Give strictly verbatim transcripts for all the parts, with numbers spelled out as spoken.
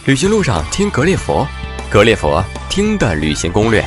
旅行路上听格列佛，格列佛听的旅行攻略。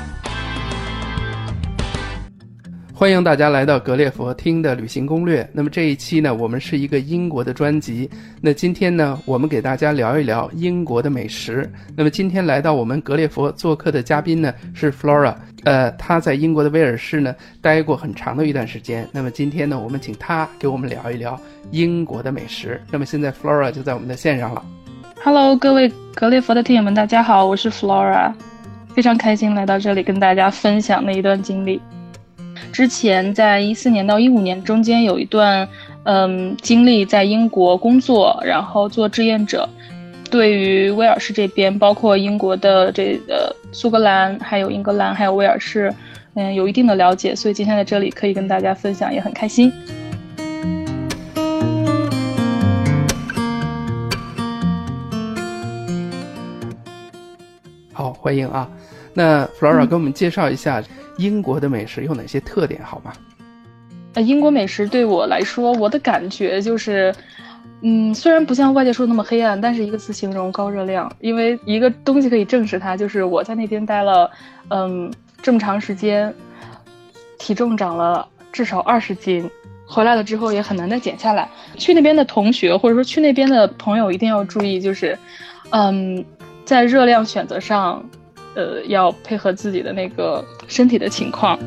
欢迎大家来到格列佛听的旅行攻略。那么这一期呢，我们是一个英国的专辑。那今天呢，我们给大家聊一聊英国的美食。那么今天来到我们格列佛做客的嘉宾呢是 Flora， 呃，她在英国的威尔士呢待过很长的一段时间。那么今天呢，我们请她给我们聊一聊英国的美食。那么现在 Flora 就在我们的线上了。 Hello， 各位格列佛的听友们，大家好，我是 Flora， 非常开心来到这里跟大家分享的一段经历。之前在一四年到一五年中间有一段嗯经历在英国工作，然后做志愿者，对于威尔士这边包括英国的这个苏格兰还有英格兰还有威尔士嗯有一定的了解，所以今天在这里可以跟大家分享，也很开心。 好，欢迎啊。那 Flora 给我们介绍一下英国的美食有哪些特点好吗？ 呃，英国美食对我来说，我的感觉就是，嗯，虽然不像外界说的那么黑暗，但是一个词形容，高热量。因为一个东西可以证实它，就是我在那边待了，嗯，这么长时间，体重长了至少二十斤，回来了之后也很难再减下来。去那边的同学或者说去那边的朋友一定要注意，就是，嗯，在热量选择上。呃，要配合自己的那个身体的情况。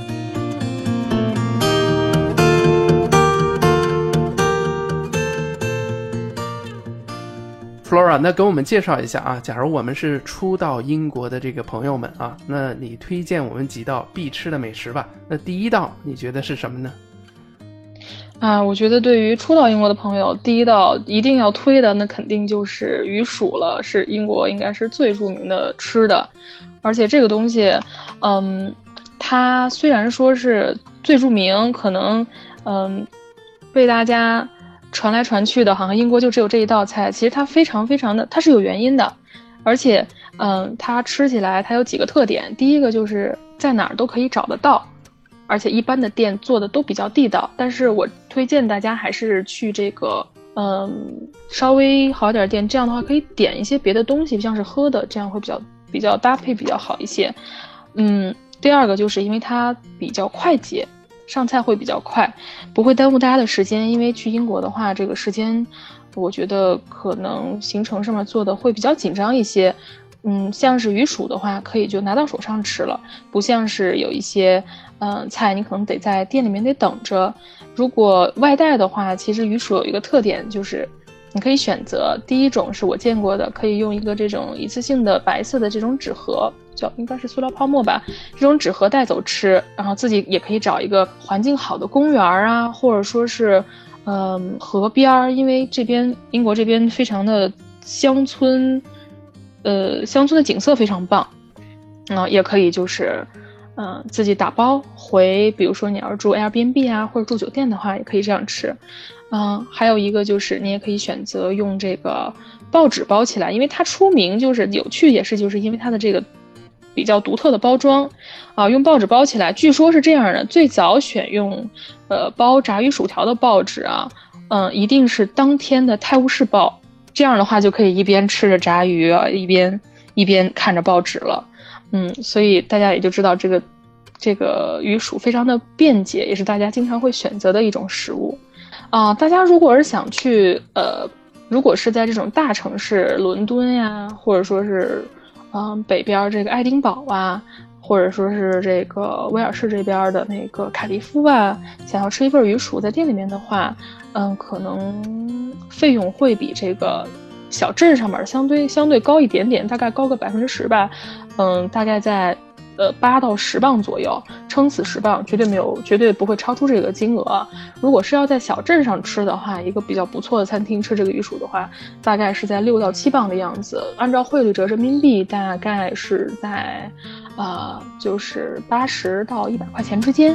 Flora， 那给我们介绍一下啊，假如我们是初到英国的这个朋友们啊，那你推荐我们几道必吃的美食吧。那第一道你觉得是什么呢？ 啊，我觉得对于初到英国的朋友，第一道一定要推的，那肯定就是鱼薯了，是英国应该是最著名的吃的。而且这个东西，嗯，它虽然说是最著名，可能嗯被大家传来传去的，好像英国就只有这一道菜，其实它非常非常的，它是有原因的。而且嗯，它吃起来它有几个特点，第一个就是在哪儿都可以找得到。而且一般的店做的都比较地道，但是我推荐大家还是去这个嗯稍微好点的店，这样的话可以点一些别的东西，像是喝的，这样会比较比较搭配比较好一些。嗯，第二个就是因为它比较快捷，上菜会比较快，不会耽误大家的时间，因为去英国的话这个时间我觉得可能行程上面做的会比较紧张一些。嗯，像是鱼薯的话可以就拿到手上吃了，不像是有一些嗯、呃、菜你可能得在店里面得等着。如果外带的话，其实鱼薯有一个特点，就是你可以选择，第一种是我见过的，可以用一个这种一次性的白色的这种纸盒，叫应该是塑料泡沫吧，这种纸盒带走吃，然后自己也可以找一个环境好的公园啊，或者说是嗯河边，因为这边英国这边非常的乡村呃，乡村的景色非常棒，嗯、呃，也可以就是，嗯、呃，自己打包回，比如说你要是住 Airbnb 啊，或者住酒店的话，也可以这样吃，嗯、呃，还有一个就是你也可以选择用这个报纸包起来，因为它出名就是有趣，也是就是因为它的这个比较独特的包装，啊、呃，用报纸包起来，据说是这样的，最早选用呃包炸鱼薯条的报纸啊，嗯、呃，一定是当天的泰晤士报。这样的话就可以一边吃着炸鱼啊，一边一边看着报纸了，嗯，所以大家也就知道这个这个鱼薯非常的便捷，也是大家经常会选择的一种食物啊、呃。大家如果是想去呃，如果是在这种大城市，伦敦呀，或者说是嗯、呃、北边这个爱丁堡啊，或者说是这个威尔士这边的那个凯利夫啊，想要吃一份鱼薯在店里面的话，嗯，可能费用会比这个小镇上面相对相对高一点点，大概高个百分之十吧。嗯，大概在呃八到十磅左右，撑死十磅，绝对没有，绝对不会超出这个金额。如果是要在小镇上吃的话，一个比较不错的餐厅吃这个鱼薯的话，大概是在六到七磅的样子，按照汇率折人民币，大概是在呃就是八十到一百块钱之间。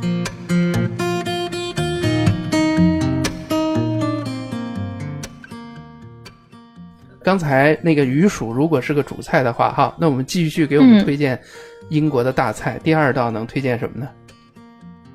刚才那个鱼薯如果是个主菜的话哈，那我们继续给我们推荐英国的大菜、嗯、第二道能推荐什么呢？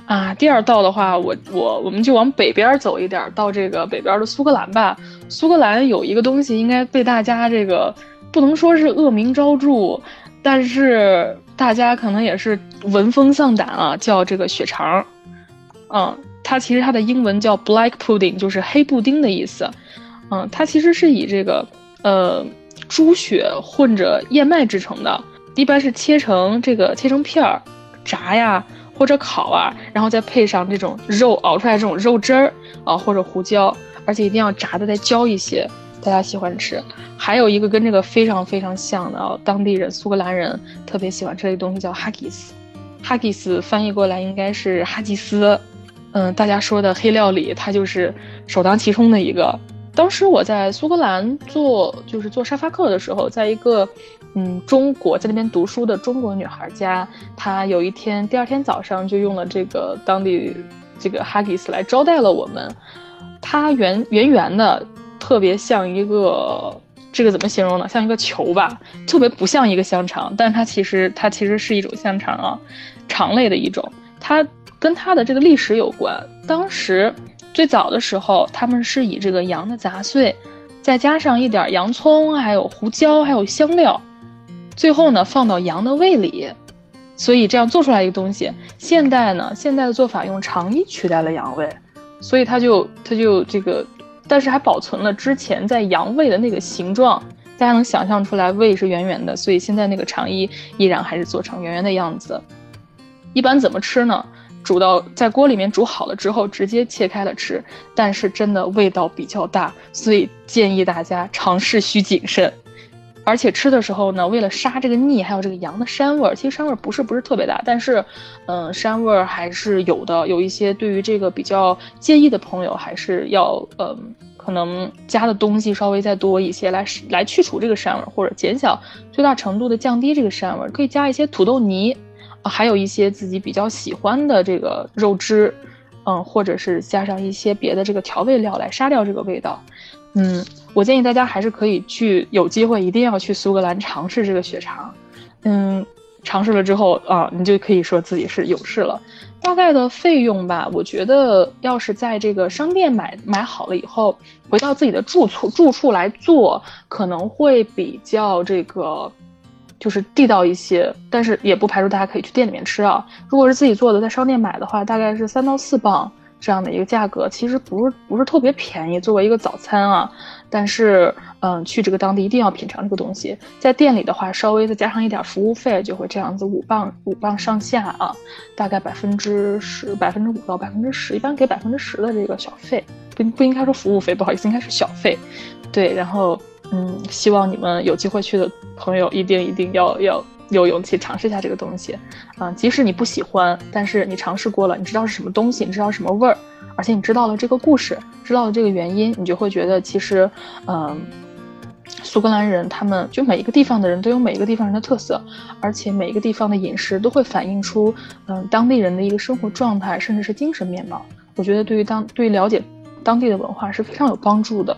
啊，第二道的话，我我我们就往北边走一点，到这个北边的苏格兰吧。苏格兰有一个东西应该被大家这个不能说是恶名昭著，但是大家可能也是闻风丧胆啊，叫这个血肠。嗯，它其实它的英文叫 black pudding， 就是黑布丁的意思。嗯，它其实是以这个呃猪血混着燕麦制成的，一般是切成这个切成片儿，炸呀或者烤啊，然后再配上这种肉熬出来这种肉汁儿啊，或者胡椒，而且一定要炸的再焦一些，大家喜欢吃。还有一个跟这个非常非常像的啊，当地人苏格兰人特别喜欢吃的东西叫 haggis，haggis 翻译过来应该是哈吉斯，嗯，大家说的黑料理，它就是首当其冲的一个。当时我在苏格兰做就是做沙发客的时候，在一个嗯中国在那边读书的中国女孩家，她有一天第二天早上就用了这个当地这个 haggis 来招待了我们。它圆圆圆的，特别像一个这个怎么形容呢？像一个球吧，特别不像一个香肠，但是它其实它其实是一种香肠啊，肠类的一种。它跟它的这个历史有关，当时最早的时候，他们是以这个羊的杂碎，再加上一点洋葱，还有胡椒，还有香料，最后呢放到羊的胃里，所以这样做出来一个东西。现代呢，现代的做法用肠衣取代了羊胃，所以它就它就这个，但是还保存了之前在羊胃的那个形状，大家能想象出来胃是圆圆的，所以现在那个肠衣依然还是做成圆圆的样子。一般怎么吃呢？煮到在锅里面煮好了之后直接切开了吃，但是真的味道比较大，所以建议大家尝试需谨慎。而且吃的时候呢，为了杀这个腻，还有这个羊的膻味，其实膻味不是不是特别大，但是嗯，膻味还是有的。有一些对于这个比较介意的朋友，还是要嗯，可能加的东西稍微再多一些，来来去除这个膻味，或者减小最大程度的降低这个膻味。可以加一些土豆泥。还有一些自己比较喜欢的这个肉汁，嗯，或者是加上一些别的这个调味料来杀掉这个味道。嗯，我建议大家还是可以去，有机会一定要去苏格兰尝试这个血肠。嗯，尝试了之后啊，你就可以说自己是有事了。大概的费用吧，我觉得要是在这个商店买买好了以后，回到自己的住处住处来做，可能会比较这个。就是地道一些，但是也不排除大家可以去店里面吃啊。如果是自己做的，在商店买的话，大概是三到四磅这样的一个价格，其实不是不是特别便宜，作为一个早餐啊。但是，嗯，去这个当地一定要品尝这个东西。在店里的话，稍微再加上一点服务费，就会这样子五磅五磅上下啊，大概百分之十、百分之五到百分之十，一般给百分之十的这个小费，不不应该说服务费，不好意思，应该是小费。对，然后。嗯，希望你们有机会去的朋友一定一定要要有勇气尝试一下这个东西，啊、嗯，即使你不喜欢，但是你尝试过了，你知道是什么东西，你知道什么味儿，而且你知道了这个故事，知道了这个原因，你就会觉得其实，嗯，苏格兰人他们就每一个地方的人都有每一个地方人的特色，而且每一个地方的饮食都会反映出，嗯，当地人的一个生活状态，甚至是精神面貌。我觉得对于当对于了解当地的文化是非常有帮助的。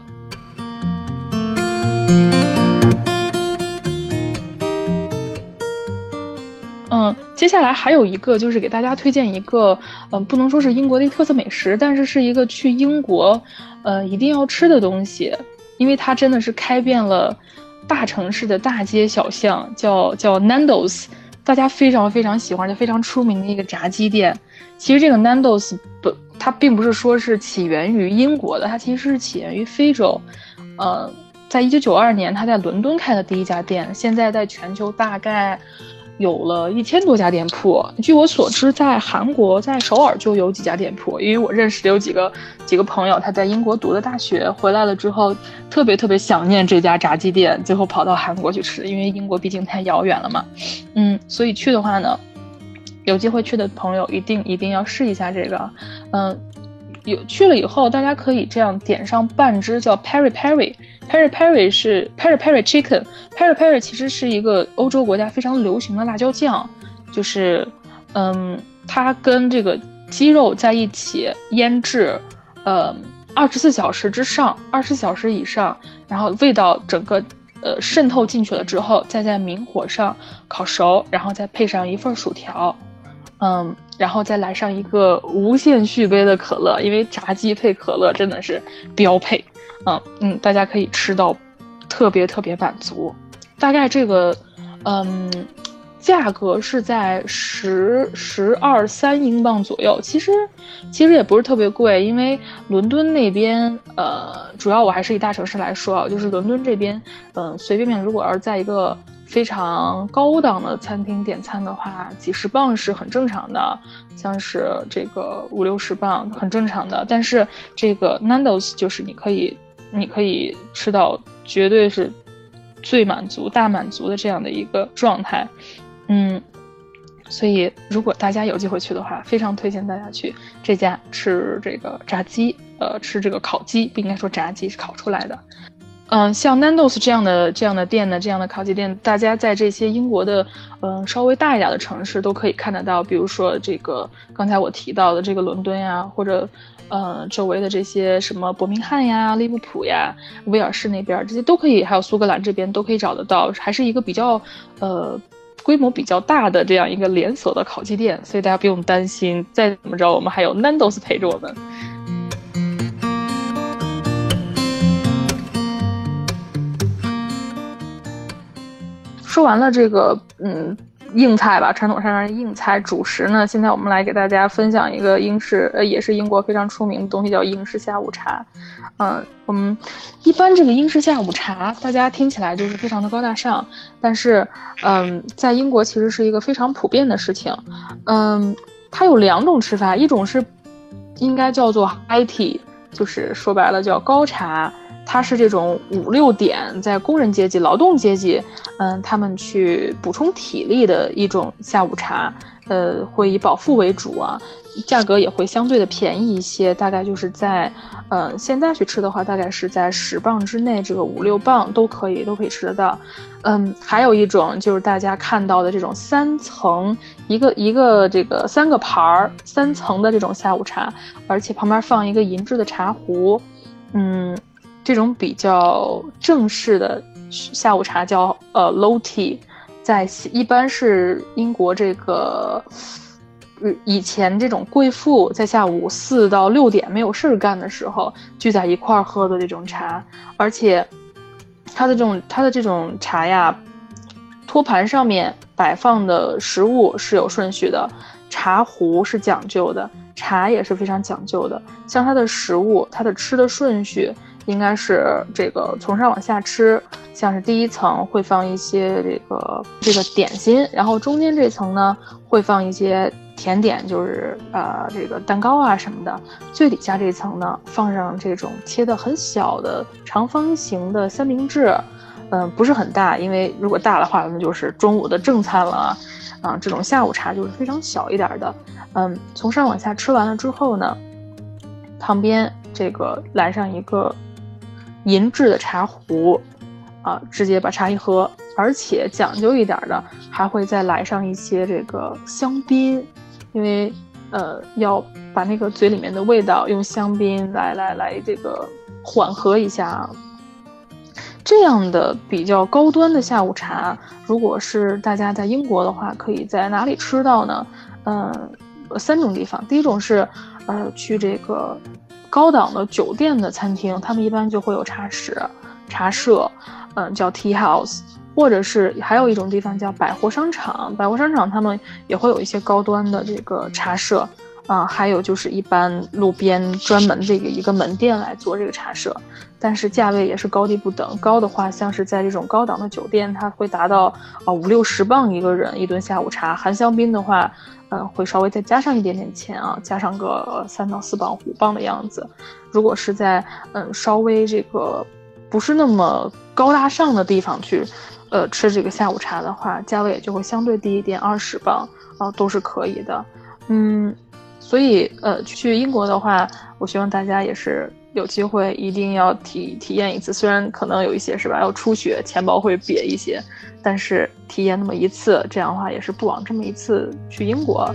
嗯，接下来还有一个就是给大家推荐一个，嗯，不能说是英国的一个特色美食，但是是一个去英国，呃，一定要吃的东西，因为它真的是开遍了大城市的大街小巷，叫叫 Nando's， 大家非常非常喜欢，就非常出名的一个炸鸡店。其实这个 Nando's 不，它并不是说是起源于英国的，它其实是起源于非洲，呃，在一九九二年，它在伦敦开的第一家店，现在在全球大概。有了一千多家店铺，据我所知，在韩国，在首尔就有几家店铺。因为我认识的有几个几个朋友，他在英国读的大学，回来了之后，特别特别想念这家炸鸡店，最后跑到韩国去吃，因为英国毕竟太遥远了嘛。嗯，所以去的话呢，有机会去的朋友一定一定要试一下这个。嗯，有去了以后，大家可以这样点上半只叫 peri peri。Peri Peri 是 Peri Peri Chicken， Peri Peri 其实是一个欧洲国家非常流行的辣椒酱，就是嗯，它跟这个鸡肉在一起腌制，呃，二十四小时之上，二十四小时以上，然后味道整个呃渗透进去了之后，再在明火上烤熟，然后再配上一份薯条，嗯， 然后再来上一个无限续杯的可乐，因为炸鸡配可乐真的是标配。嗯嗯，大家可以吃到特别特别满足。大概这个嗯价格是在十十二三英镑左右，其实其实也不是特别贵，因为伦敦那边呃，主要我还是以大城市来说啊，就是伦敦这边，嗯、呃，随便便如果要是在一个非常高档的餐厅点餐的话，几十磅是很正常的，像是这个五六十磅很正常的，但是这个 Nando's 就是你可以你可以吃到绝对是最满足大满足的这样的一个状态。嗯，所以如果大家有机会去的话，非常推荐大家去这家吃这个炸鸡，呃，吃这个烤鸡，不应该说炸鸡，是烤出来的。嗯，像 Nando's 这样的这样的店呢，这样的烤鸡店，大家在这些英国的嗯稍微大一点的城市都可以看得到，比如说这个刚才我提到的这个伦敦呀，或者呃周围的这些什么伯明翰呀、利物浦呀、威尔士那边，这些都可以，还有苏格兰这边都可以找得到，还是一个比较呃。规模比较大的这样一个连锁的烤鸡店，所以大家不用担心，再怎么着我们还有 Nando's 陪着我们。说完了这个嗯硬菜吧，传统上的硬菜，主食呢，现在我们来给大家分享一个英式呃也是英国非常出名的东西，叫英式下午茶。嗯，我们一般这个英式下午茶，大家听起来就是非常的高大上，但是，嗯，在英国其实是一个非常普遍的事情。嗯，它有两种吃法，一种是应该叫做 high tea， 就是说白了叫高茶，它是这种五六点在工人阶级、劳动阶级，嗯，他们去补充体力的一种下午茶，呃，会以饱腹为主啊。价格也会相对的便宜一些，大概就是在，呃，现在去吃的话，大概是在十磅之内，这个五六磅都可以，都可以吃得到。嗯，还有一种就是大家看到的这种三层，一个一个这个三个盘儿，三层的这种下午茶，而且旁边放一个银质的茶壶，嗯，这种比较正式的下午茶叫呃 low tea， 在一般是英国这个。以前这种贵妇在下午四到六点没有事干的时候聚在一块儿喝的这种茶，而且它的这种它的这种茶呀，托盘上面摆放的食物是有顺序的，茶壶是讲究的，茶也是非常讲究的。像它的食物，它的吃的顺序应该是这个从上往下吃，像是第一层会放一些这个这个点心，然后中间这层呢会放一些甜点，就是呃这个蛋糕啊什么的，最底下这层呢放上这种切的很小的长方形的三明治，嗯、呃，不是很大，因为如果大的话那就是中午的正餐了啊。啊、呃，这种下午茶就是非常小一点的，嗯，从上往下吃完了之后呢，旁边这个来上一个银质的茶壶，啊，直接把茶一喝，而且讲究一点的还会再来上一些这个香槟。因为呃要把那个嘴里面的味道用香槟来来来这个缓和一下。这样的比较高端的下午茶，如果是大家在英国的话，可以在哪里吃到呢？嗯、呃，三种地方。第一种是呃去这个高档的酒店的餐厅，他们一般就会有茶室、茶社，嗯、呃，叫 tea house。或者是还有一种地方叫百货商场，百货商场他们也会有一些高端的这个茶社啊、呃，还有就是一般路边专门这个一个门店来做这个茶社，但是价位也是高低不等，高的话像是在这种高档的酒店，它会达到啊五六十磅一个人一顿下午茶，含香槟的话，嗯、呃，会稍微再加上一点点钱啊，加上个三到四磅五磅的样子。如果是在嗯稍微这个不是那么高大上的地方去。呃，吃这个下午茶的话，价位也就会相对低一点，二十磅啊、呃，都是可以的。嗯，所以呃，去英国的话，我希望大家也是有机会一定要体体验一次。虽然可能有一些是吧，要出血，钱包会瘪一些，但是体验那么一次，这样的话也是不枉这么一次去英国。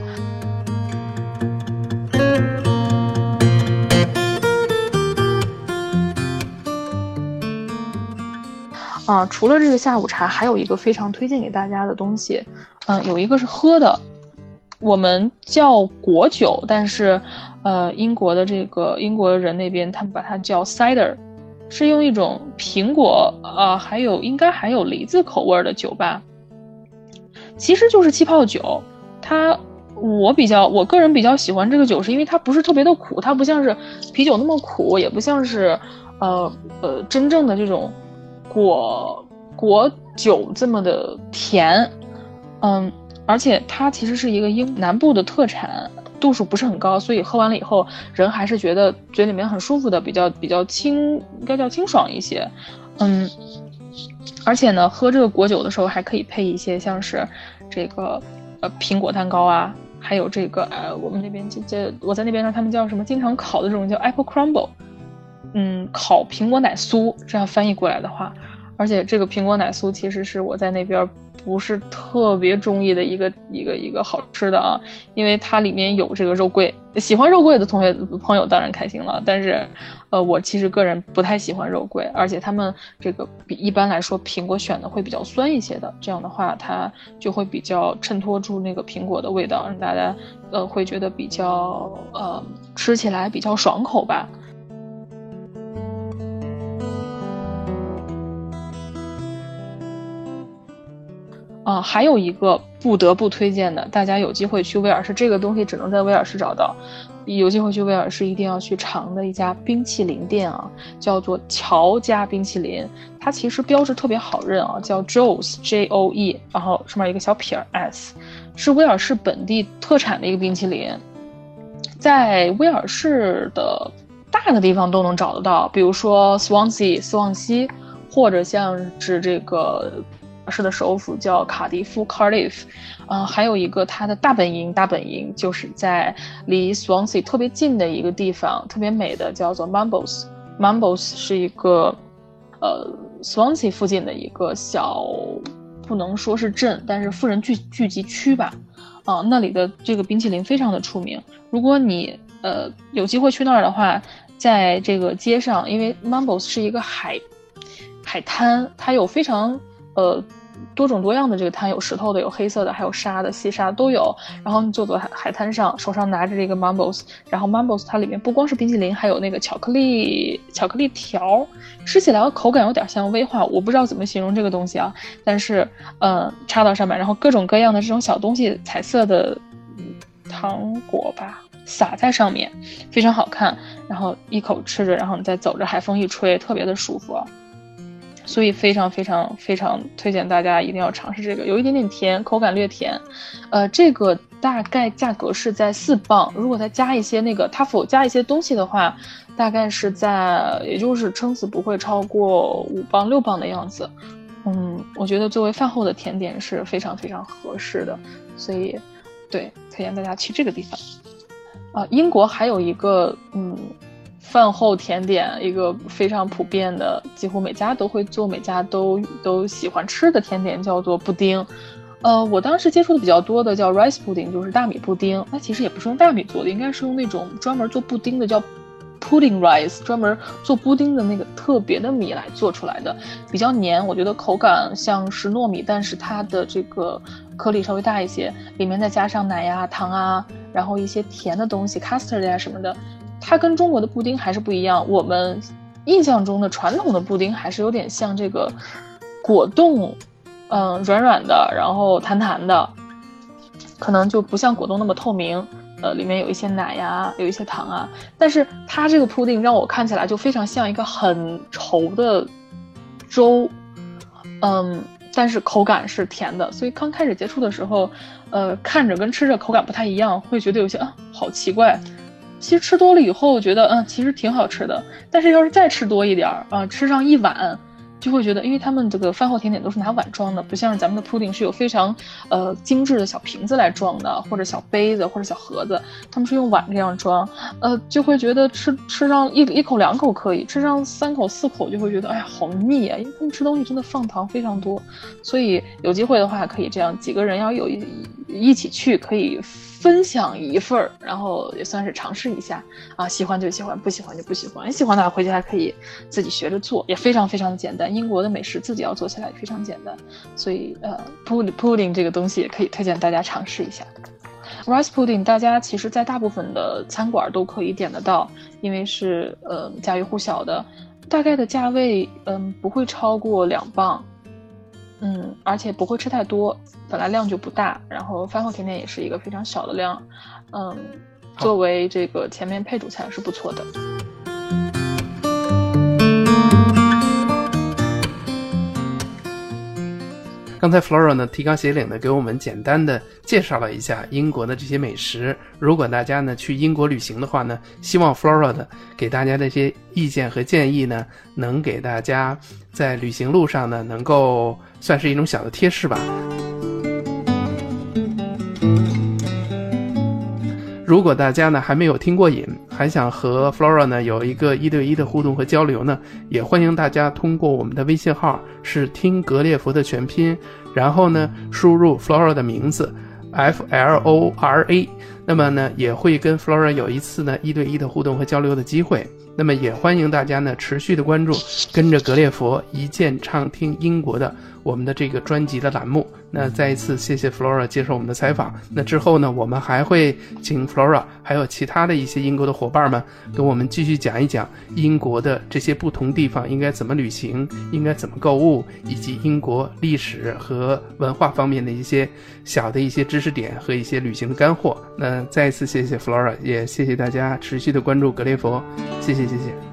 啊，除了这个下午茶，还有一个非常推荐给大家的东西，嗯，有一个是喝的， 我们叫果酒，但是呃，英国的这个英国人那边他们把它叫 cider， 是用一种苹果呃，还有应该还有梨子口味的酒吧，其实就是气泡酒。它我比较我个人比较喜欢这个酒，是因为它不是特别的苦，它不像是啤酒那么苦，也不像是呃呃真正的这种果果酒这么的甜，嗯。而且它其实是一个英南部的特产，度数不是很高，所以喝完了以后人还是觉得嘴里面很舒服的，比较比较清，应该叫清爽一些。嗯，而且呢，喝这个果酒的时候还可以配一些像是这个呃苹果蛋糕啊，还有这个呃我们那边这这我在那边让他们叫什么经常烤的这种叫 apple crumble， 嗯，烤苹果奶酥，这样翻译过来的话。而且这个苹果奶酥其实是我在那边不是特别中意的一个一个一个好吃的啊，因为它里面有这个肉桂，喜欢肉桂的同学朋友当然开心了，但是呃我其实个人不太喜欢肉桂，而且他们这个比一般来说苹果选的会比较酸一些的，这样的话它就会比较衬托出那个苹果的味道，让大家呃会觉得比较呃吃起来比较爽口吧。啊、呃，还有一个不得不推荐的，大家有机会去威尔士，这个东西只能在威尔士找到，有机会去威尔士一定要去尝的一家冰淇淋店啊，叫做乔家冰淇淋，它其实标志特别好认啊，叫 Joe's J O E， 然后上面一个小撇 S， 是威尔士本地特产的一个冰淇淋，在威尔士的大的地方都能找得到，比如说 Swansea 斯旺西，或者像是这个是的首府叫卡迪夫 Cardiff， 呃，还有一个它的大本营，大本营就是在离 Swansea 特别近的一个地方，特别美的叫做 Mumbles。Mumbles 是一个呃 Swansea 附近的一个小，不能说是镇，但是富人聚聚集区吧。啊、呃，那里的这个冰淇淋非常的出名。如果你呃有机会去那儿的话，在这个街上，因为 Mumbles 是一个海海滩，它有非常呃，多种多样的这个滩，有石头的，有黑色的，还有沙的，细沙都有。然后你坐在海海滩上，手上拿着这个 Mumbles， 然后 Mumbles 它里面不光是冰淇淋，还有那个巧克力巧克力条，吃起来口感有点像威化，我不知道怎么形容这个东西啊。但是呃，插到上面，然后各种各样的这种小东西，彩色的糖果吧，撒在上面，非常好看。然后一口吃着，然后你再走着，海风一吹，特别的舒服啊。所以非常非常非常推荐大家一定要尝试这个，有一点点甜，口感略甜，呃，这个大概价格是在四磅，如果再加一些那个它否加一些东西的话，大概是在也就是撑死不会超过五磅六磅的样子。嗯，我觉得作为饭后的甜点是非常非常合适的，所以对推荐大家去这个地方。啊、呃，英国还有一个嗯。饭后甜点，一个非常普遍的，几乎每家都会做，每家都都喜欢吃的甜点叫做布丁。呃，我当时接触的比较多的叫 rice pudding， 就是大米布丁。它其实也不是用大米做的，应该是用那种专门做布丁的叫 pudding rice， 专门做布丁的那个特别的米来做出来的，比较黏，我觉得口感像是糯米，但是它的这个颗粒稍微大一些，里面再加上奶呀、糖啊，然后一些甜的东西 custard 呀什么的。它跟中国的布丁还是不一样，我们印象中的传统的布丁还是有点像这个果冻，嗯，软软的，然后弹弹的，可能就不像果冻那么透明，呃，里面有一些奶呀，有一些糖啊，但是它这个布丁让我看起来就非常像一个很稠的粥，嗯，但是口感是甜的，所以刚开始接触的时候，呃，看着跟吃着口感不太一样，会觉得有些啊，好奇怪。其实吃多了以后，我觉得嗯，其实挺好吃的。但是要是再吃多一点啊、呃，吃上一碗，就会觉得，因为他们这个饭后甜点都是拿碗装的，不像是咱们的 pudding 是有非常呃精致的小瓶子来装的，或者小杯子或者小盒子，他们是用碗这样装，呃，就会觉得吃吃上一一口两口可以，吃上三口四口就会觉得哎呀好腻啊，因为他们吃东西真的放糖非常多，所以有机会的话可以这样，几个人要有一一起去可以分享一份儿，然后也算是尝试一下啊，喜欢就喜欢，不喜欢就不喜欢。喜欢的话回家还可以自己学着做，也非常非常的简单。英国的美食自己要做起来也非常简单，所以呃 pudding pudding 这个东西也可以推荐大家尝试一下。 rice pudding 大家其实在大部分的餐馆都可以点得到，因为是呃家喻户晓的，大概的价位嗯不会超过两磅，嗯，而且不会吃太多，本来量就不大，然后饭后甜点也是一个非常小的量，嗯，作为这个前面配主菜是不错的。 刚才 Flora 呢提纲挈领的给我们简单的介绍了一下英国的这些美食，如果大家呢去英国旅行的话呢，希望 Flora 的给大家的一些意见和建议呢，能给大家在旅行路上呢能够算是一种小的贴士吧。如果大家呢还没有听过瘾，还想和 Flora 呢有一个一对一的互动和交流呢，也欢迎大家通过我们的微信号是听格列佛的全拼，然后呢输入 Flora 的名字 F L O R A， 那么呢也会跟 Flora 有一次呢一对一的互动和交流的机会。那么也欢迎大家呢持续的关注跟着格列佛一键畅听英国的我们的这个专辑的栏目。那再一次谢谢 Flora 接受我们的采访，那之后呢我们还会请 Flora 还有其他的一些英国的伙伴们跟我们继续讲一讲英国的这些不同地方应该怎么旅行，应该怎么购物，以及英国历史和文化方面的一些小的一些知识点和一些旅行的干货。那再一次谢谢 Flora， 也谢谢大家持续的关注格列佛，谢谢谢谢。